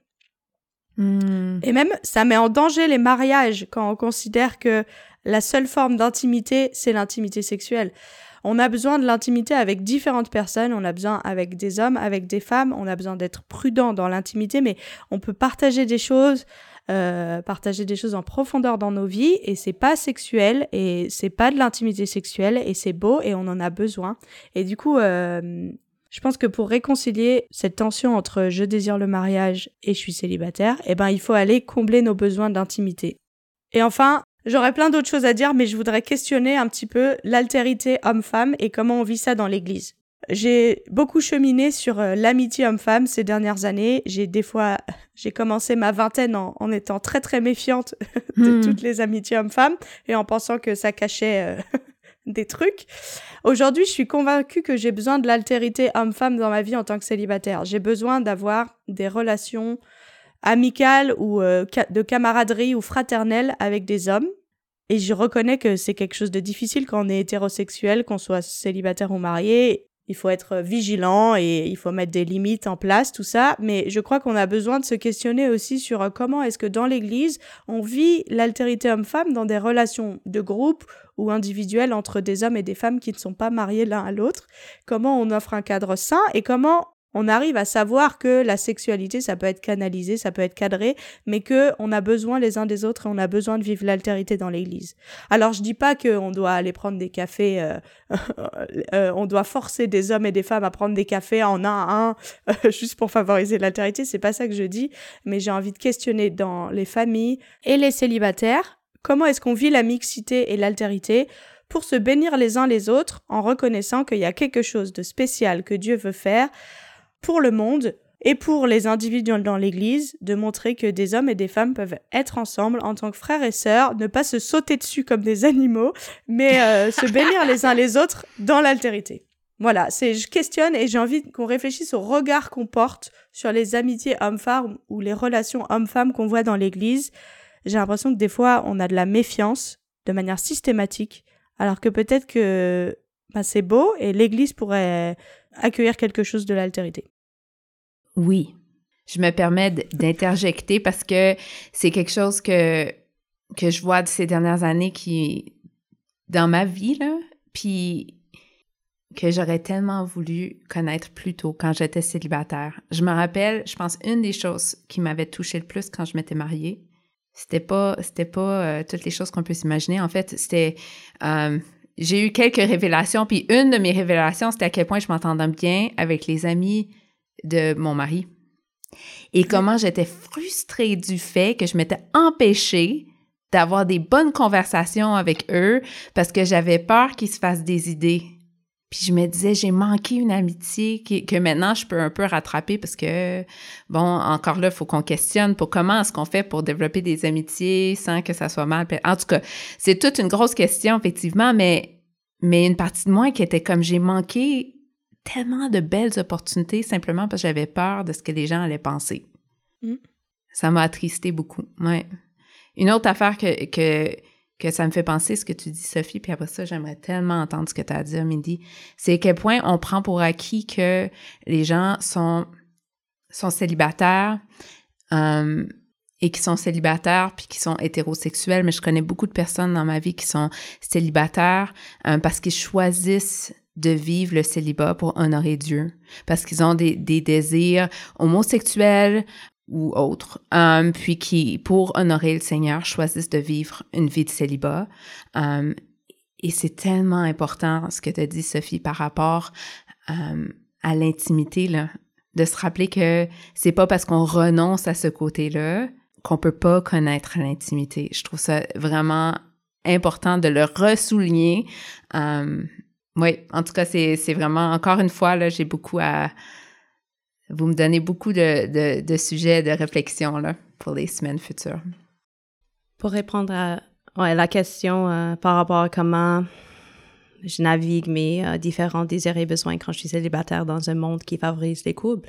C: Mmh. Et même, ça met en danger les mariages quand on considère que la seule forme d'intimité, c'est l'intimité sexuelle. On a besoin de l'intimité avec différentes personnes, on a besoin avec des hommes, avec des femmes, on a besoin d'être prudent dans l'intimité, mais on peut partager des choses, euh, partager des choses en profondeur dans nos vies, et c'est pas sexuel, et c'est pas de l'intimité sexuelle, et c'est beau, et on en a besoin. Et du coup, euh, je pense que pour réconcilier cette tension entre je désire le mariage et je suis célibataire, eh ben, il faut aller combler nos besoins d'intimité. Et enfin, j'aurais plein d'autres choses à dire, mais je voudrais questionner un petit peu l'altérité homme-femme et comment on vit ça dans l'Église. J'ai beaucoup cheminé sur euh, l'amitié homme-femme ces dernières années. J'ai des fois, j'ai commencé ma vingtaine en, en étant très très méfiante de mmh. toutes les amitiés homme-femme et en pensant que ça cachait euh, des trucs. Aujourd'hui, je suis convaincue que j'ai besoin de l'altérité homme-femme dans ma vie en tant que célibataire. J'ai besoin d'avoir des relations amicale ou euh, de camaraderie ou fraternelle avec des hommes. Et je reconnais que c'est quelque chose de difficile quand on est hétérosexuel, qu'on soit célibataire ou marié. Il faut être vigilant et il faut mettre des limites en place, tout ça. Mais je crois qu'on a besoin de se questionner aussi sur comment est-ce que dans l'Église, on vit l'altérité homme-femme dans des relations de groupe ou individuelles entre des hommes et des femmes qui ne sont pas mariés l'un à l'autre. Comment on offre un cadre sain et comment on arrive à savoir que la sexualité, ça peut être canalisé, ça peut être cadré, mais que on a besoin les uns des autres et on a besoin de vivre l'altérité dans l'Église. Alors, je dis pas qu'on doit aller prendre des cafés, euh, euh, on doit forcer des hommes et des femmes à prendre des cafés en un à un, euh, juste pour favoriser l'altérité, c'est pas ça que je dis, mais j'ai envie de questionner dans les familles et les célibataires, comment est-ce qu'on vit la mixité et l'altérité pour se bénir les uns les autres en reconnaissant qu'il y a quelque chose de spécial que Dieu veut faire pour le monde et pour les individus dans l'Église, de montrer que des hommes et des femmes peuvent être ensemble en tant que frères et sœurs, ne pas se sauter dessus comme des animaux, mais euh, se bénir les uns les autres dans l'altérité. Voilà, c'est, je questionne et j'ai envie qu'on réfléchisse au regard qu'on porte sur les amitiés hommes-femmes ou les relations hommes-femmes qu'on voit dans l'Église. J'ai l'impression que des fois, on a de la méfiance de manière systématique, alors que peut-être que bah, c'est beau et l'Église pourrait accueillir quelque chose de l'altérité.
B: Oui, je me permets d'interjecter parce que c'est quelque chose que, que je vois de ces dernières années qui dans ma vie, là, puis que j'aurais tellement voulu connaître plus tôt quand j'étais célibataire. Je me rappelle, je pense, une des choses qui m'avait touchée le plus quand je m'étais mariée, c'était pas, c'était pas euh, toutes les choses qu'on peut s'imaginer. En fait, c'était... Euh, j'ai eu quelques révélations, puis une de mes révélations, c'était à quel point je m'entendais bien avec les amis de mon mari. Et comment j'étais frustrée du fait que je m'étais empêchée d'avoir des bonnes conversations avec eux parce que j'avais peur qu'ils se fassent des idées. Puis je me disais, j'ai manqué une amitié qui, que maintenant je peux un peu rattraper parce que, bon, encore là, il faut qu'on questionne pour comment est-ce qu'on fait pour développer des amitiés sans que ça soit mal. En tout cas, c'est toute une grosse question, effectivement, mais, mais une partie de moi qui était comme, j'ai manqué tellement de belles opportunités simplement parce que j'avais peur de ce que les gens allaient penser. Mm. Ça m'a attristé beaucoup, ouais. Une autre affaire que... que que ça me fait penser ce que tu dis, Sophie, puis après ça, j'aimerais tellement entendre ce que tu as à dire, Mindy, c'est à quel point on prend pour acquis que les gens sont, sont célibataires euh, et qui sont célibataires puis qui sont hétérosexuels, mais je connais beaucoup de personnes dans ma vie qui sont célibataires euh, parce qu'ils choisissent de vivre le célibat pour honorer Dieu, parce qu'ils ont des, des désirs homosexuels, ou autres, um, puis qui, pour honorer le Seigneur, choisissent de vivre une vie de célibat. Um, et c'est tellement important ce que tu as dit, Sophie, par rapport um, à l'intimité, là, de se rappeler que c'est pas parce qu'on renonce à ce côté-là qu'on peut pas connaître l'intimité. Je trouve ça vraiment important de le ressouligner. Um, oui, en tout cas, c'est, c'est vraiment, encore une fois, là, j'ai beaucoup à... Vous me donnez beaucoup de, de, de sujets de réflexion là, pour les semaines futures.
A: Pour répondre à ouais, la question euh, par rapport à comment je navigue mes euh, différents désirs et besoins quand je suis célibataire dans un monde qui favorise les couples,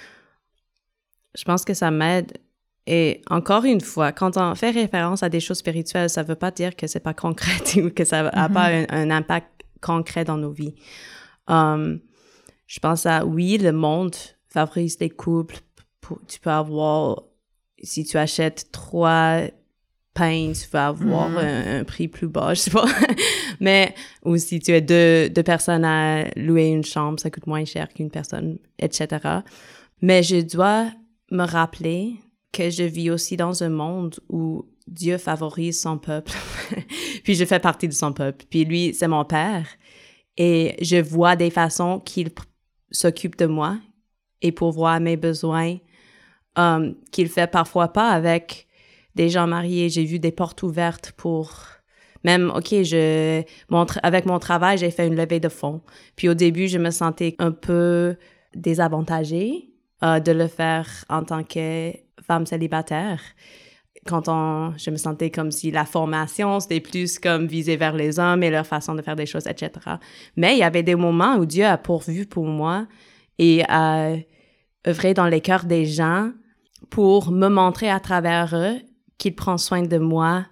A: je pense que ça m'aide. Et encore une fois, quand on fait référence à des choses spirituelles, ça ne veut pas dire que c'est pas concret ou que ça n'a mm-hmm. pas un, un impact concret dans nos vies. Um, je pense à, oui, le monde favorise les couples. Pour, tu peux avoir, si tu achètes trois pains, tu peux avoir mm. un, un prix plus bas, je sais pas. Mais, ou si tu as deux, deux personnes à louer une chambre, ça coûte moins cher qu'une personne, et cetera. Mais je dois me rappeler que je vis aussi dans un monde où Dieu favorise son peuple. Puis je fais partie de son peuple. Puis lui, c'est mon père. Et je vois des façons qu'il p- s'occupe de moi et pourvoit à mes besoins, um, qu'il fait parfois pas avec des gens mariés. J'ai vu des portes ouvertes pour... Même, OK, je, mon tra- avec mon travail, j'ai fait une levée de fonds. Puis au début, je me sentais un peu désavantagée euh, de le faire en tant que femme célibataire. Quand on, je me sentais comme si la formation, c'était plus comme visé vers les hommes et leur façon de faire des choses, et cetera. Mais il y avait des moments où Dieu a pourvu pour moi et a œuvré dans les cœurs des gens pour me montrer à travers eux qu'il prend soin de moi,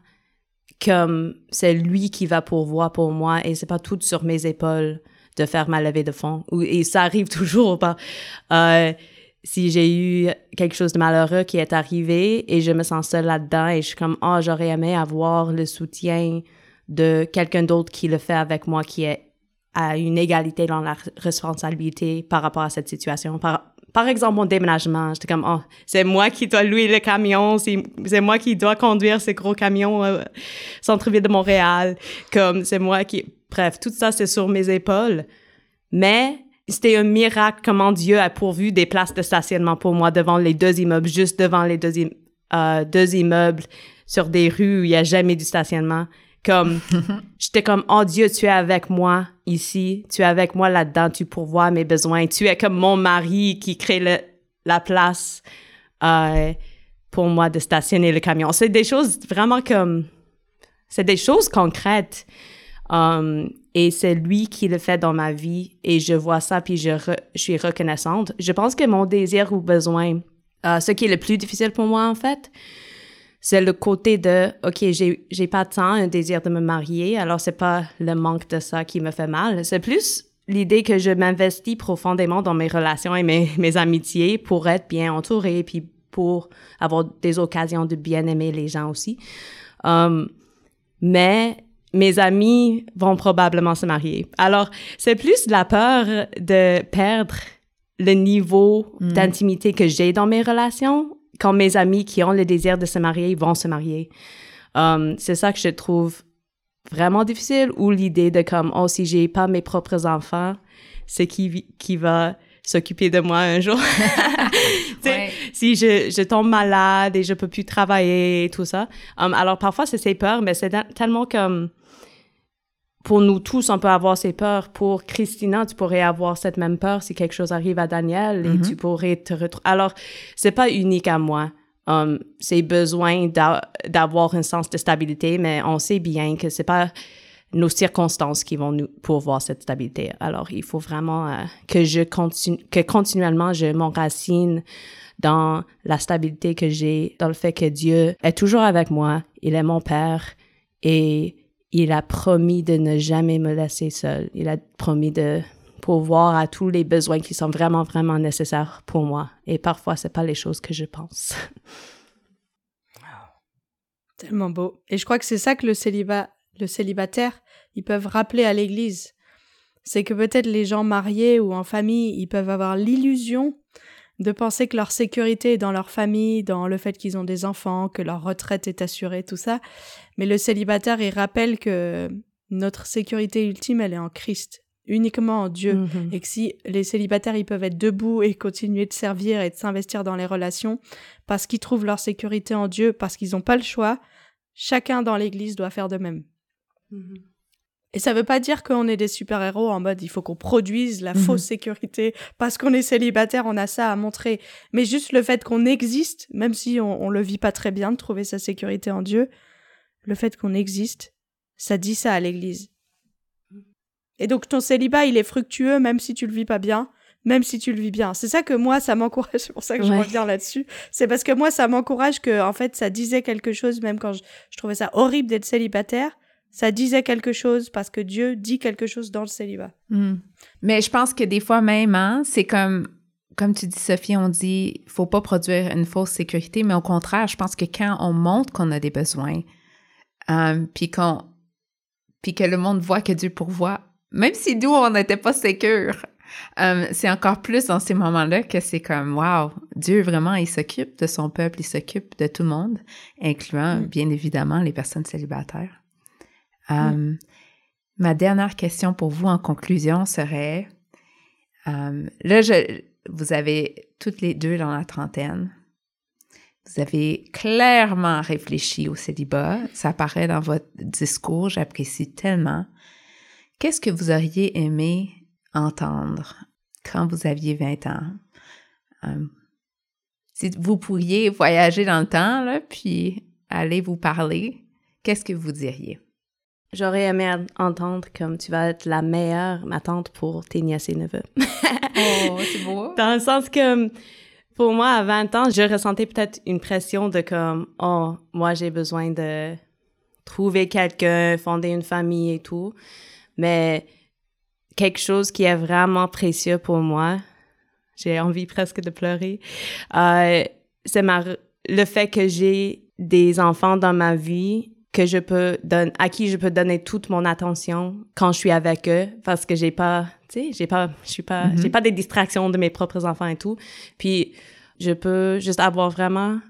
A: comme c'est lui qui va pourvoir pour moi et c'est pas tout sur mes épaules de faire ma levée de fonds. Et ça arrive toujours par... Euh, si j'ai eu quelque chose de malheureux qui est arrivé et je me sens seule là-dedans et je suis comme, oh, j'aurais aimé avoir le soutien de quelqu'un d'autre qui le fait avec moi, qui est à une égalité dans la responsabilité par rapport à cette situation. Par, par exemple, mon déménagement, j'étais comme, oh, c'est moi qui dois louer le camion, c'est, c'est moi qui dois conduire ces gros camions au centre-ville de Montréal, comme c'est moi qui... Bref, tout ça, c'est sur mes épaules. Mais... C'était un miracle comment Dieu a pourvu des places de stationnement pour moi devant les deux immeubles, juste devant les deux, im- euh, deux immeubles, sur des rues où il n'y a jamais du stationnement. Comme, j'étais comme, oh Dieu, tu es avec moi ici, tu es avec moi là-dedans, tu pourvois mes besoins, tu es comme mon mari qui crée le, la place euh, pour moi de stationner le camion. C'est des choses vraiment comme, c'est des choses concrètes. Um, et c'est lui qui le fait dans ma vie et je vois ça puis je, re, je suis reconnaissante. Je pense que mon désir ou besoin, euh, ce qui est le plus difficile pour moi en fait, c'est le côté de, OK, j'ai, j'ai pas tant un désir de me marier, alors c'est pas le manque de ça qui me fait mal. C'est plus l'idée que je m'investis profondément dans mes relations et mes, mes amitiés pour être bien entourée puis pour avoir des occasions de bien aimer les gens aussi. Um, mais mes amis vont probablement se marier. Alors, c'est plus de la peur de perdre le niveau mm. d'intimité que j'ai dans mes relations quand mes amis qui ont le désir de se marier vont se marier. Um, c'est ça que je trouve vraiment difficile, ou l'idée de comme, oh, si j'ai pas mes propres enfants, c'est qui, qui va s'occuper de moi un jour. Ouais. Si je, je tombe malade et je peux plus travailler et tout ça. Um, alors, parfois, c'est ces peurs, mais c'est tellement comme... Pour nous tous, on peut avoir ces peurs. Pour Christina, tu pourrais avoir cette même peur si quelque chose arrive à Daniel et mm-hmm. tu pourrais te retrouver... Alors, c'est pas unique à moi. Um, c'est besoin d'a- d'avoir un sens de stabilité, mais on sait bien que c'est pas nos circonstances qui vont nous pourvoir cette stabilité. Alors, il faut vraiment euh, que je continue, que continuellement je m'enracine dans la stabilité que j'ai, dans le fait que Dieu est toujours avec moi, il est mon Père et il a promis de ne jamais me laisser seule. Il a promis de pourvoir à tous les besoins qui sont vraiment, vraiment nécessaires pour moi. Et parfois, c'est pas les choses que je pense.
C: Tellement beau. Et je crois que c'est ça que le célibat, le célibataire, ils peuvent rappeler à l'Église. C'est que peut-être les gens mariés ou en famille, ils peuvent avoir l'illusion de penser que leur sécurité est dans leur famille, dans le fait qu'ils ont des enfants, que leur retraite est assurée, tout ça. Mais le célibataire, il rappelle que notre sécurité ultime, elle est en Christ, uniquement en Dieu. Mm-hmm. Et que si les célibataires, ils peuvent être debout et continuer de servir et de s'investir dans les relations parce qu'ils trouvent leur sécurité en Dieu, parce qu'ils n'ont pas le choix, chacun dans l'Église doit faire de même. Mm-hmm. Et ça veut pas dire qu'on est des super-héros en mode il faut qu'on produise la mmh. fausse sécurité parce qu'on est célibataire, on a ça à montrer. Mais juste le fait qu'on existe, même si on, on le vit pas très bien de trouver sa sécurité en Dieu, le fait qu'on existe, ça dit ça à l'Église. Et donc ton célibat, il est fructueux même si tu le vis pas bien, même si tu le vis bien. C'est ça que moi, ça m'encourage, c'est pour ça que ouais. je reviens là-dessus. C'est parce que moi, ça m'encourage que, en fait, ça disait quelque chose, même quand je, je trouvais ça horrible d'être célibataire. Ça disait quelque chose parce que Dieu dit quelque chose dans le célibat.
B: Mm. Mais je pense que des fois même, hein, c'est comme, comme tu dis, Sophie, on dit, faut pas produire une fausse sécurité, mais au contraire, je pense que quand on montre qu'on a des besoins, euh, puis qu'on, puis que le monde voit que Dieu pourvoit, même si nous, on n'était pas sécures, euh, c'est encore plus dans ces moments-là que c'est comme, wow, Dieu vraiment, il s'occupe de son peuple, il s'occupe de tout le monde, incluant, mm. bien évidemment, les personnes célibataires. Um, mm. Ma dernière question pour vous en conclusion serait, um, là, je, vous avez toutes les deux dans la trentaine. Vous avez clairement réfléchi au célibat. Ça apparaît dans votre discours. J'apprécie tellement. Qu'est-ce que vous auriez aimé entendre quand vous aviez vingt ans? Um, si vous pourriez voyager dans le temps, là, puis aller vous parler, qu'est-ce que vous diriez?
A: J'aurais aimé entendre comme tu vas être la meilleure ma tante pour tes nièces et neveux.
B: Oh, c'est beau.
A: Dans le sens que, pour moi, à vingt ans, je ressentais peut-être une pression de comme, oh, moi, j'ai besoin de trouver quelqu'un, fonder une famille et tout. Mais quelque chose qui est vraiment précieux pour moi, j'ai envie presque de pleurer, euh, c'est ma, le fait que j'ai des enfants dans ma vie que je peux donner, à qui je peux donner toute mon attention quand je suis avec eux, parce que j'ai pas, tu sais, j'ai pas, je suis pas, mm-hmm. j'ai pas des distractions de mes propres enfants et tout. Puis, je peux juste avoir vraiment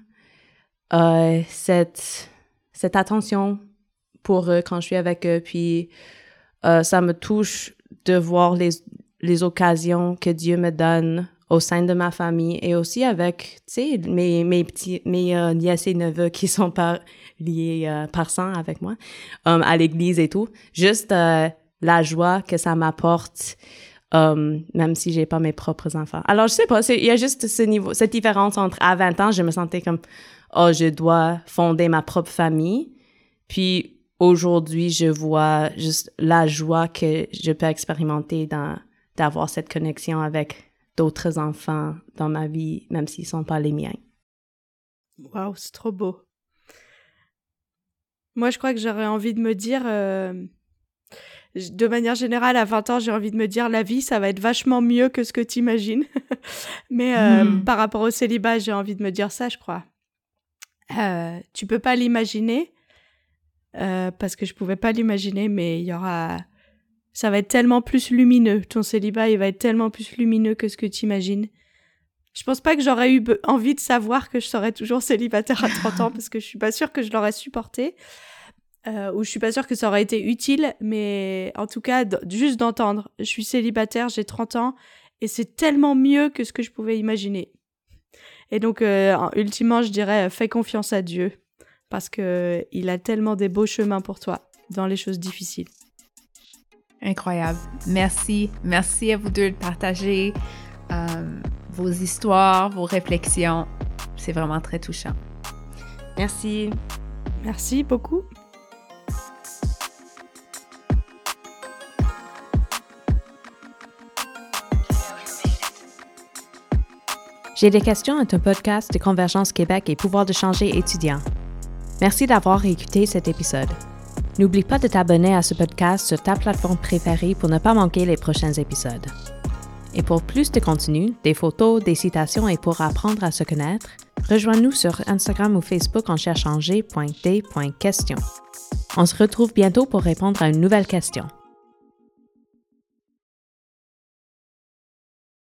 A: euh, cette, cette attention pour eux quand je suis avec eux. Puis, euh, ça me touche de voir les, les occasions que Dieu me donne au sein de ma famille et aussi avec, tu sais, mes, mes petits, mes euh, nièces et neveux qui sont pas liés euh, par sang avec moi, um, à l'église et tout. Juste euh, la joie que ça m'apporte, um, même si j'ai pas mes propres enfants. Alors, je sais pas, il y a juste ce niveau, cette différence entre à vingt ans, je me sentais comme, oh, je dois fonder ma propre famille. Puis, aujourd'hui, je vois juste la joie que je peux expérimenter dans, d'avoir cette connexion avec d'autres enfants dans ma vie, même s'ils sont pas les miens.
C: Waouh, c'est trop beau. Moi, je crois que j'aurais envie de me dire, euh, de manière générale, à vingt ans, j'ai envie de me dire, la vie, ça va être vachement mieux que ce que t'imagines. Mais euh, mmh. par rapport au célibat, j'ai envie de me dire ça, je crois. Euh, tu peux pas l'imaginer, euh, parce que je pouvais pas l'imaginer, mais il y aura... Ça va être tellement plus lumineux. Ton célibat, il va être tellement plus lumineux que ce que tu imagines. Je pense pas que j'aurais eu be- envie de savoir que je serais toujours célibataire à trente ans, parce que je suis pas sûre que je l'aurais supporté. Euh, ou je suis pas sûre que ça aurait été utile, mais en tout cas, d- juste d'entendre. Je suis célibataire, j'ai trente ans, et c'est tellement mieux que ce que je pouvais imaginer. Et donc, euh, ultimement, je dirais, fais confiance à Dieu, parce que il a tellement des beaux chemins pour toi, dans les choses difficiles.
B: Incroyable. Merci. Merci à vous deux de partager euh, vos histoires, vos réflexions. C'est vraiment très touchant.
A: Merci.
C: Merci beaucoup.
A: J'ai des questions est un podcast de Convergence Québec et Pouvoir de changer étudiants. Merci d'avoir écouté cet épisode. N'oublie pas de t'abonner à ce podcast sur ta plateforme préférée pour ne pas manquer les prochains épisodes. Et pour plus de contenu, des photos, des citations et pour apprendre à se connaître, rejoins-nous sur Instagram ou Facebook en cherchant g point d point question. On se retrouve bientôt pour répondre à une nouvelle question.